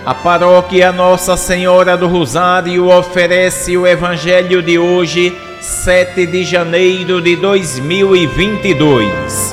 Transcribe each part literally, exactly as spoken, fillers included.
A paróquia Nossa Senhora do Rosário oferece o Evangelho de hoje, sete de janeiro de dois mil e vinte e dois.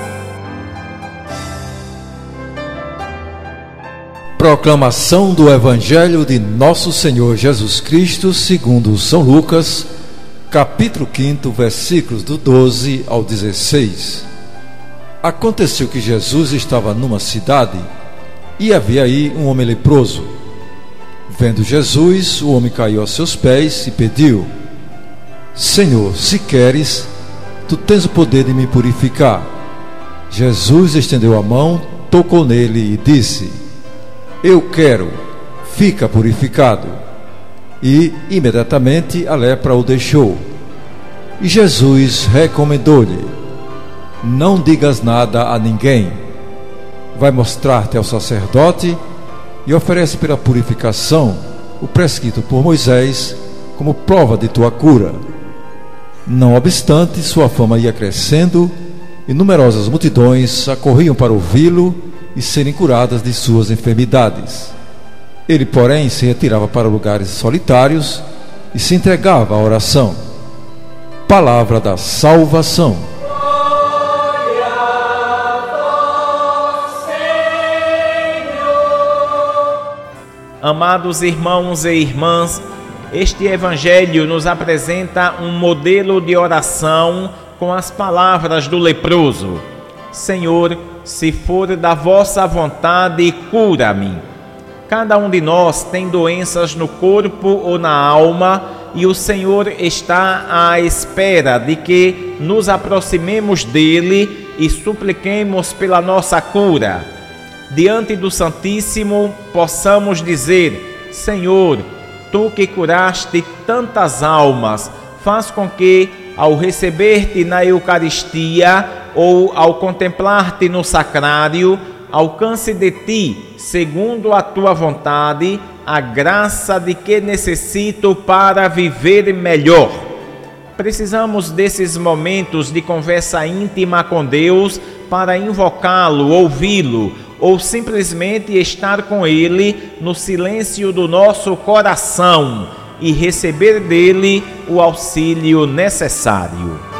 Proclamação do Evangelho de Nosso Senhor Jesus Cristo segundo São Lucas, capítulo quinto, versículos do doze ao dezesseis. Aconteceu que Jesus estava numa cidade e havia aí um homem leproso. Vendo Jesus, o homem caiu aos seus pés e pediu: Senhor, se queres, tu tens o poder de me purificar. Jesus estendeu a mão, tocou nele e disse: Eu quero, fica purificado. E imediatamente a lepra o deixou. E Jesus recomendou-lhe: Não digas nada a ninguém. Vai mostrar-te ao sacerdote e oferece pela purificação o prescrito por Moisés como prova de tua cura. Não obstante, sua fama ia crescendo e numerosas multidões acorriam para ouvi-lo e serem curadas de suas enfermidades. Ele, porém, se retirava para lugares solitários e se entregava à oração. Palavra da salvação. Amados irmãos e irmãs, este Evangelho nos apresenta um modelo de oração com as palavras do leproso: Senhor, se for da vossa vontade, cura-me. Cada um de nós tem doenças no corpo ou na alma e o Senhor está à espera de que nos aproximemos dele e supliquemos pela nossa cura. Diante do Santíssimo, possamos dizer: Senhor, tu que curaste tantas almas, faz com que, ao receber-te na Eucaristia ou ao contemplar-te no sacrário, alcance de ti, segundo a tua vontade, a graça de que necessito para viver melhor. Precisamos desses momentos de conversa íntima com Deus para invocá-lo, ouvi-lo, ou simplesmente estar com Ele no silêncio do nosso coração e receber dele o auxílio necessário.